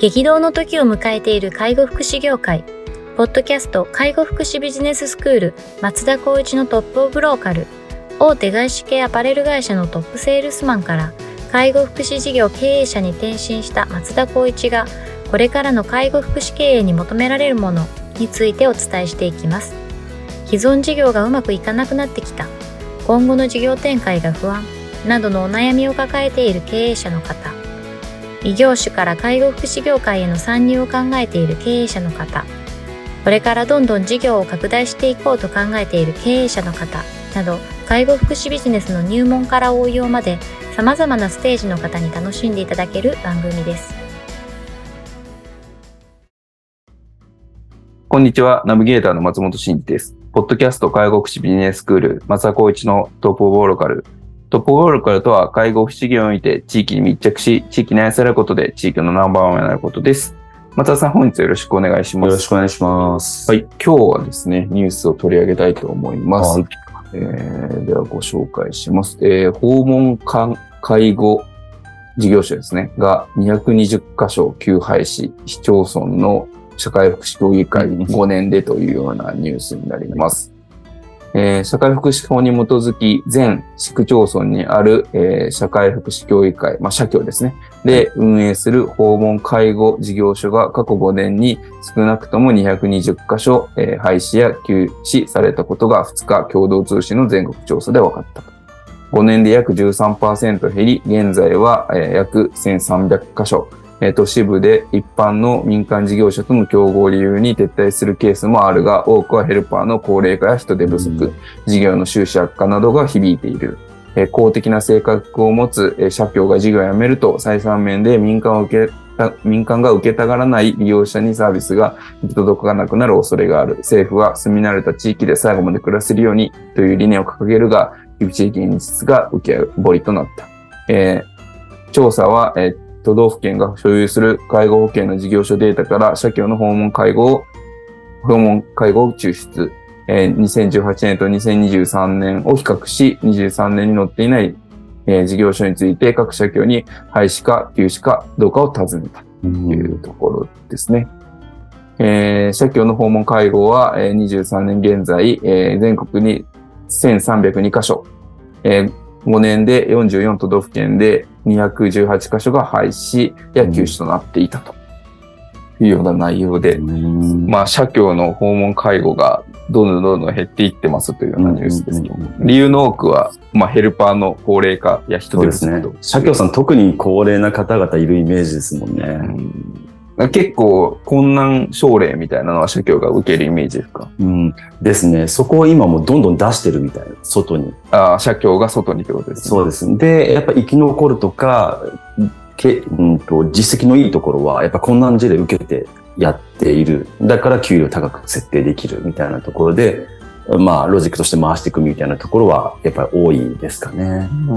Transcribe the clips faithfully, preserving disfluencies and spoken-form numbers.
激動の時を迎えている介護福祉業界。ポッドキャスト介護福祉ビジネススクール松田光一のトップオブローカル。大手外資系アパレル会社のトップセールスマンから介護福祉事業経営者に転身した松田光一が、これからの介護福祉経営に求められるものについてお伝えしていきます。既存事業がうまくいかなくなってきた、今後の事業展開が不安などのお悩みを抱えている経営者の方、異業種から介護福祉業界への参入を考えている経営者の方、これからどんどん事業を拡大していこうと考えている経営者の方など、介護福祉ビジネスの入門から応用まで様々なステージの方に楽しんでいただける番組です。 こんにちは、ナビゲーターの松本真二です。ポッドキャスト介護福祉ビジネススクール松田光一のトップオブローカル。トップオブローカルとは、介護福祉業において地域に密着し、地域に愛されることで地域のナンバーワンになることです。松田さん、本日よろしくお願いします。 よろしくお願いします。 はい、今日はですね、ニュースを取り上げたいと思います。 はい、 えー、ではご紹介します。えー、訪問介護事業所ですね、がにひゃくにじゅっかしょ休廃止、市町村の社会福祉協議会ごねんでというようなニュースになります。えー、社会福祉法に基づき、全市区町村にある、えー、社会福祉協議会、まあ、社協ですね。で、運営する訪問介護事業所が過去ごねんに少なくともにひゃくにじゅっかしょ、えー、廃止や休止されたことがふつか共同通信の全国調査で分かったと。ごねんで約 じゅうさんパーセント 減り、現在は、えー、約せんさんびゃっかしょ。都市部で一般の民間事業者との競合を理由に撤退するケースもあるが、多くはヘルパーの高齢化や人手不足、うん、事業の収支悪化などが響いている。公的な性格を持つ社協が事業を辞めると、採算面で民間を受けた、民間が受けたがらない利用者にサービスが行き届かなくなる恐れがある。政府は住み慣れた地域で最後まで暮らせるようにという理念を掲げるが、厳しい現実が浮き彫りとなった。えー、調査は、えー都道府県が所有する介護保険の事業所データから社協の訪問介護を、訪問介護を抽出、えー、にせんじゅうはちねんとにせんにじゅうさんねんを比較し、にじゅうさんねんに載っていない、えー、事業所について各社協に廃止か休止かどうかを尋ねたというところですね。えー、社協の訪問介護は、えー、にじゅうさんねん現在、えー、全国にせんさんびゃくにかしょ、えーごねんでよんじゅうよんとどふけんでにひゃくじゅうはちかしょが廃止や休止となっていたというような内容で、うん、まあ社協の訪問介護がどんどんどんどん減っていってますというようなニュースですけど、うんうんうん、理由の多くは、まあヘルパーの高齢化や人手不足。 そうですね。社協さん特に高齢な方々いるイメージですもんね。 うん結構困難症例みたいなのは社協が受けるイメージですか？ うん。ですね。そこを今もどんどん出してるみたいな、外に。 ああ、社協が外にってことですね。 そうです。で、やっぱ生き残るとか、けうんと実績のいいところは、やっぱ困難事例受けてやっている。だから給料高く設定できるみたいなところで、まあ、ロジックとして回していくみたいなところは、やっぱり多いですかね。 うん、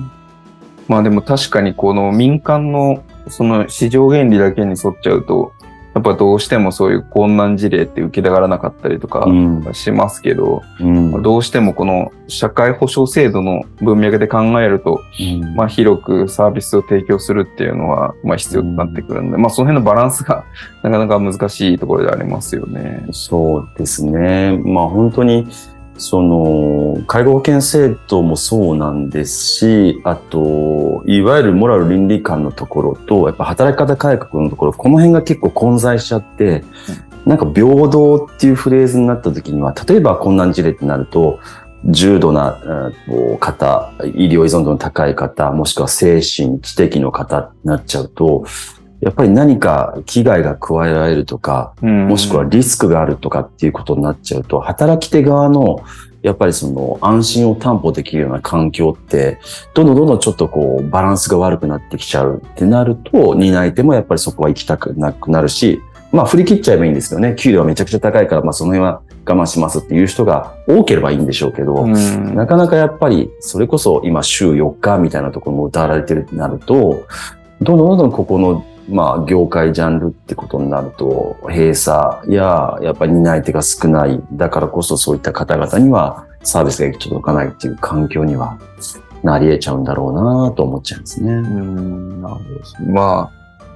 まあでも確かにこの民間のその市場原理だけに沿っちゃうと、やっぱどうしてもそういう困難事例って受けたがらなかったりとかしますけど、うんうん、どうしてもこの社会保障制度の文脈で考えると、うん、まあ広くサービスを提供するっていうのはまあ必要となってくるので、うん、まあその辺のバランスがなかなか難しいところでありますよね。 そうですね。まあ本当にその介護保険制度もそうなんですし、あといわゆるモラル倫理観のところとやっぱ働き方改革のところ、この辺が結構混在しちゃって、うん、なんか平等っていうフレーズになった時には、例えば困難事例ってなると重度な方、医療依存度の高い方、もしくは精神知的の方になっちゃうと、やっぱり何か危害が加えられるとか、もしくはリスクがあるとかっていうことになっちゃうと、働き手側のやっぱりその安心を担保できるような環境って、どんどんどんどんちょっとこうバランスが悪くなってきちゃうってなると、担い手もやっぱりそこは行きたくなくなるし、まあ振り切っちゃえばいいんですよね。給料はめちゃくちゃ高いから、まあその辺は我慢しますっていう人が多ければいいんでしょうけど、なかなかやっぱりそれこそ今週よっかみたいなところも歌われてるってなると、どんどんどんどんここのまあ、業界ジャンルってことになると、閉鎖や、やっぱり担い手が少ない。だからこそそういった方々にはサービスが行き届かないっていう環境にはなり得ちゃうんだろうなと思っちゃうんですね。 うん、なるほど。まあ、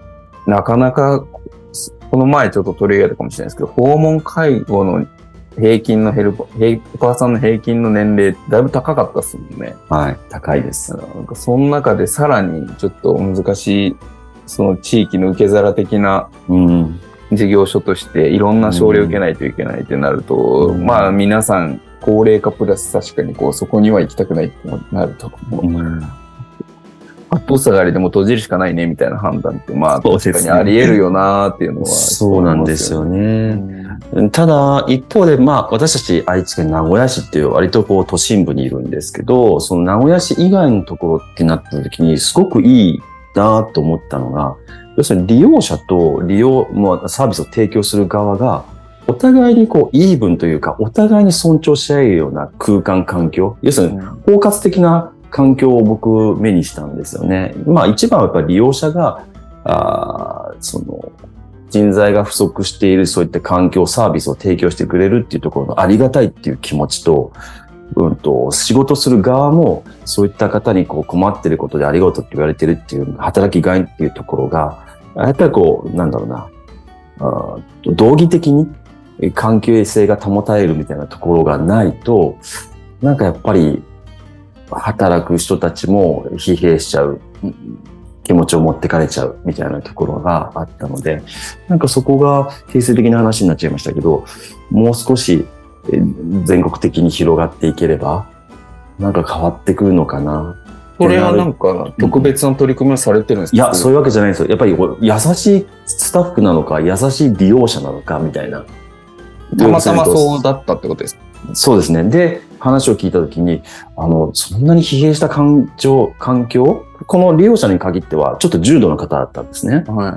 なかなか、この前ちょっと取り上げたかもしれないですけど、訪問介護の平均のヘルパー、お母さんの平均の年齢、だいぶ高かったっすもんね。 はい、高いです。 なんかその中でさらにちょっと難しい、その地域の受け皿的な事業所としていろんな奨励を受けないといけないってなると、うん、まあ皆さん高齢化プラス確かにこうそこには行きたくないってなると思う。うん八方下がりでも閉じるしかないねみたいな判断って、まあ確かにあり得るよなーっていうのは、 そうなんですよね。うん、ただ、一方で、まあ私たち愛知県名古屋市っていう割とこう都心部にいるんですけど、その名古屋市以外のところってなった時にすごくいいなと思ったのが、要するに利用者と利用、まあ、サービスを提供する側が、お互いにこうイーブンというか、お互いに尊重し合えるような空間環境、要するに包括的な環境を僕目にしたんですよね。まあ一番はやっぱり利用者が、あその人材が不足しているそういった環境、サービスを提供してくれるっていうところのありがたいっていう気持ちと、うんと、仕事する側もそういった方にこう困っていることでありがとうって言われてるっていう働きがいっていうところが、やっぱりこう、なんだろうな、あ道義的に関係性が保たれるみたいなところがないと、なんかやっぱり働く人たちも疲弊しちゃう、気持ちを持ってかれちゃうみたいなところがあったので、なんかそこが定性的な話になっちゃいましたけど、もう少し全国的に広がっていければ、なんか変わってくるのかな。 これはなんか特別な取り組みをされてるんですか？ いや、そういうわけじゃないんですよ。やっぱり優しいスタッフなのか、優しい利用者なのかみたいな。 たまたまそうだったってことですか？ そうですね。で、話を聞いたときに、あの、そんなに疲弊した環境、環境この利用者に限っては、ちょっと重度の方だったんですね。はい。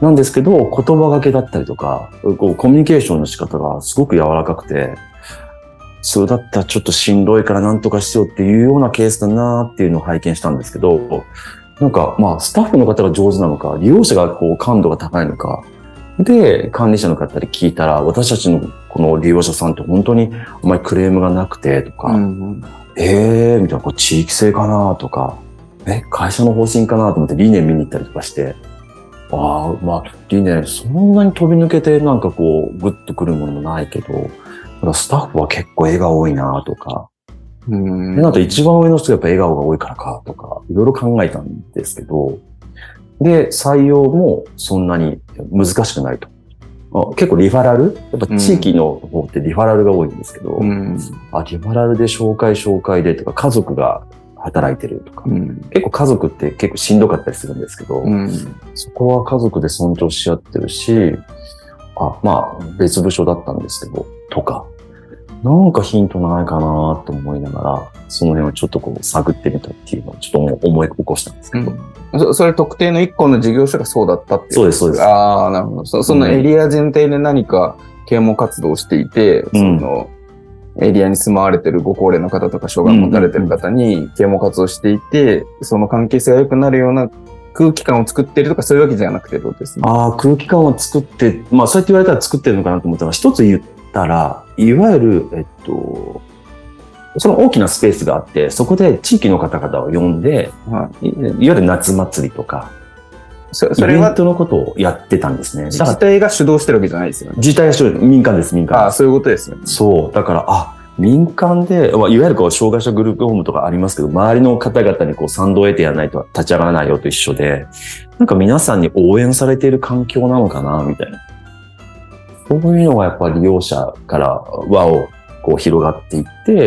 なんですけど、言葉がけだったりとか、こうコミュニケーションの仕方がすごく柔らかくて、それだったらちょっとしんどいから何とかしようっていうようなケースだなっていうのを拝見したんですけど、なんか、まあ、スタッフの方が上手なのか、利用者がこう感度が高いのか、で、管理者の方に聞いたら、私たちのこの利用者さんって本当にあまりクレームがなくてとか、うん、えーみたいな、こう地域性かなとか、え、会社の方針かなと思って理念見に行ったりとかして、ああ、まあ、理念そんなに飛び抜けてなんかこう、グッとくるものもないけど、ただスタッフは結構笑顔多いなとか、うん、で、なんと一番上の人がやっぱ笑顔が多いからかとか、いろいろ考えたんですけど、で、採用もそんなに難しくないと。結構リファラルやっぱ地域の方ってリファラルが多いんですけど、うん、あ、リファラルで紹介紹介でとか、家族が働いてるとか、うん、結構家族って結構しんどかったりするんですけど、うん、そこは家族で尊重し合ってるし、あ、まあ別部署だったんですけど、とか、なんかヒントないかなと思いながら、その辺をちょっとこう探ってみたっていうのをちょっと思い起こしたんですけど。 うん、そ, それ特定の一個の事業所がそうだったっていう。 そうです、そうです。 ああ、なるほど。そ, そのエリア全体で何か啓蒙活動をしていて、うん、そのエリアに住まわれてるご高齢の方とか障害を持たれてる方に啓蒙活動をしていて、その関係性が良くなるような空気感を作ってるとかそういうわけじゃなくてどうですね。 ああ、空気感を作って、まあそうやって言われたら作ってるのかなと思ったら、一つ言ったら、いわゆる、えっと、その大きなスペースがあって、そこで地域の方々を呼んで、はい、いわゆる夏祭りとか、そ, それはイベントのことをやってたんですね。 自治体が主導してるわけじゃないですよね。 自治体が主導、民間です、民間です。 ああ、そういうことですよね。 そう。だから、あ、民間で、いわゆるこう、障害者グループホームとかありますけど、周りの方々にこう、賛同を得てやらないと立ち上がらないよと一緒で、なんか皆さんに応援されている環境なのかな、みたいな。そういうのがやっぱり利用者から輪をこう広がっていって、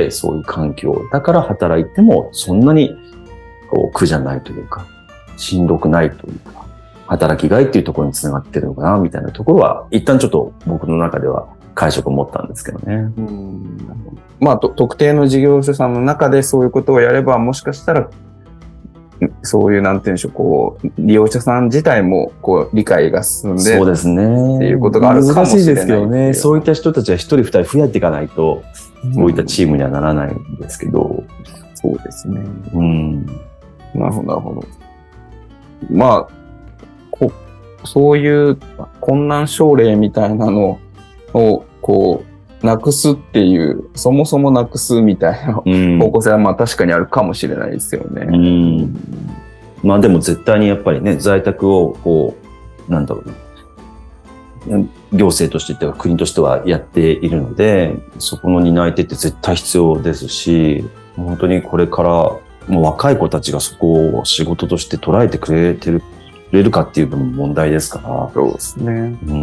そういう環境。だから働いてもそんなにこう苦じゃないというか、しんどくないというか、働きがいっていうところにつながってるのかな、みたいなところは、一旦ちょっと僕の中では解釈を持ったんですけどね。うん、 まあ、特定の事業所さんの中でそういうことをやれば、もしかしたら、そういうなんていうんでしょう、こう利用者さん自体もこう理解が進んで、 そうですね。 っていうことがあるかもしれない。難しいですけどね。そういった人たちは一人二人増やっていかないと、そういったチームにはならないんですけど、うん、 そうですね。うん。なるほどなるほど。まあこそういう困難症例みたいなのをこうなくすっていう、そもそもなくすみたいな方向性はまあ確かにあるかもしれないですよね。うん、 まあでも絶対にやっぱりね、在宅をこうなんだろうね。行政としてというか国としてはやっているので、そこの担い手って絶対必要ですし、本当にこれからもう若い子たちがそこを仕事として捉えてくれてる、くれるかっていうのも問題ですから。 そうですね。 うん。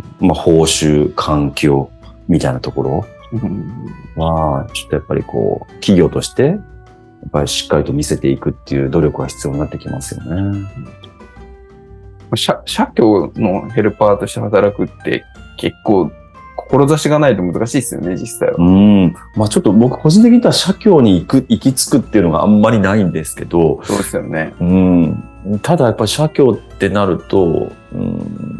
まあ報酬、環境みたいなところは、ちょっとやっぱりこう、企業として、やっぱりしっかりと見せていくっていう努力が必要になってきますよね。 社、社協のヘルパーとして働くって結構、志がないと難しいですよね、実際は。 うん。まあちょっと僕個人的には社協に行く、行き着くっていうのがあんまりないんですけど。 そうですよね。 うん。ただやっぱり社協ってなると、うん、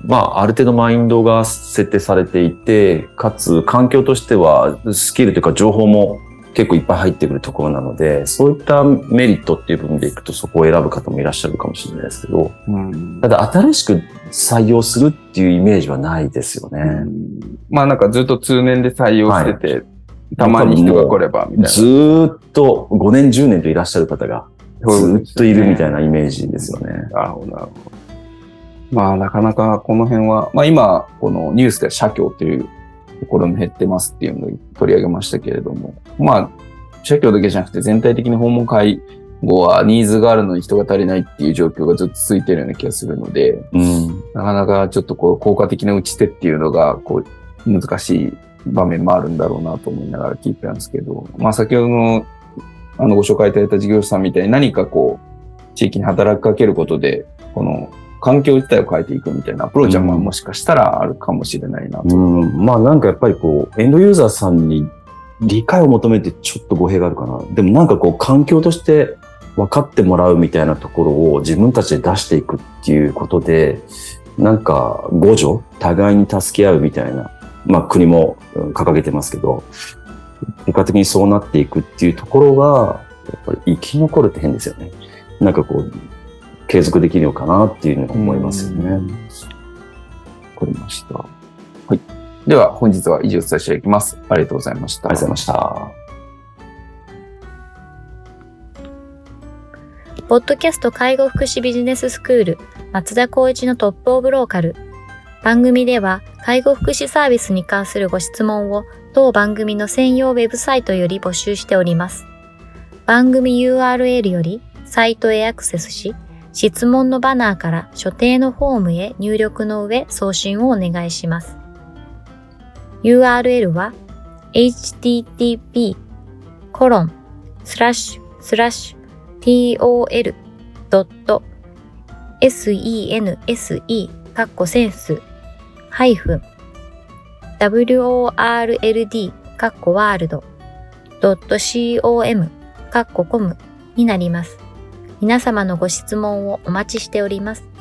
まあある程度マインドが設定されていて、かつ環境としてはスキルというか情報も結構いっぱい入ってくるところなので、そういったメリットっていう部分でいくとそこを選ぶ方もいらっしゃるかもしれないですけど、うん、ただ新しく採用するっていうイメージはないですよね。うん、 まあなんかずっと通年で採用してて、はい、たまに人が来ればみたいな。 ずーっとごねんじゅうねんといらっしゃる方がずっといるみたいなイメージですよね。 なるほど、なるほど。まあなかなかこの辺は、まあ今このニュースで社協というところも減ってますっていうのを取り上げましたけれども、まあ、社協だけじゃなくて全体的に訪問介護はニーズがあるのに人が足りないっていう状況がずっと続いているような気がするので、うん、なかなかちょっとこう効果的な打ち手っていうのがこう難しい場面もあるんだろうなと思いながら聞いてたんですけど、まあ先ほどのあのご紹介いただいた事業者さんみたいに何かこう地域に働きかけることでこの環境自体を変えていくみたいなアプローチはまあもしかしたらあるかもしれないなと、 うん。まあなんかやっぱりこうエンドユーザーさんに理解を求めてちょっと語弊があるかな。でもなんかこう環境として分かってもらうみたいなところを自分たちで出していくっていうことで、なんか互助、互いに助け合うみたいな、まあ国も掲げてますけど、結果的にそうなっていくっていうところが、やっぱり生き残るって変ですよね。なんかこう、継続できるのかなっていうのを思いますよね。わかりました。はい。では本日は以上させていただきます。ありがとうございました。 ありがとうございました。 ポッドキャスト介護福祉ビジネススクール松田光一のトップオブローカル。番組では介護福祉サービスに関するご質問を当番組の専用ウェブサイトより募集しております。番組 ユーアールエル よりサイトへアクセスし、質問のバナーから所定のフォームへ入力の上送信をお願いします。ユーアールエル は エイチティーティーピーコロンスラッシュスラッシュ tol ドット sense カッコセンスハイフン world カッコワールドドット com カッココムになります。皆様のご質問をお待ちしております。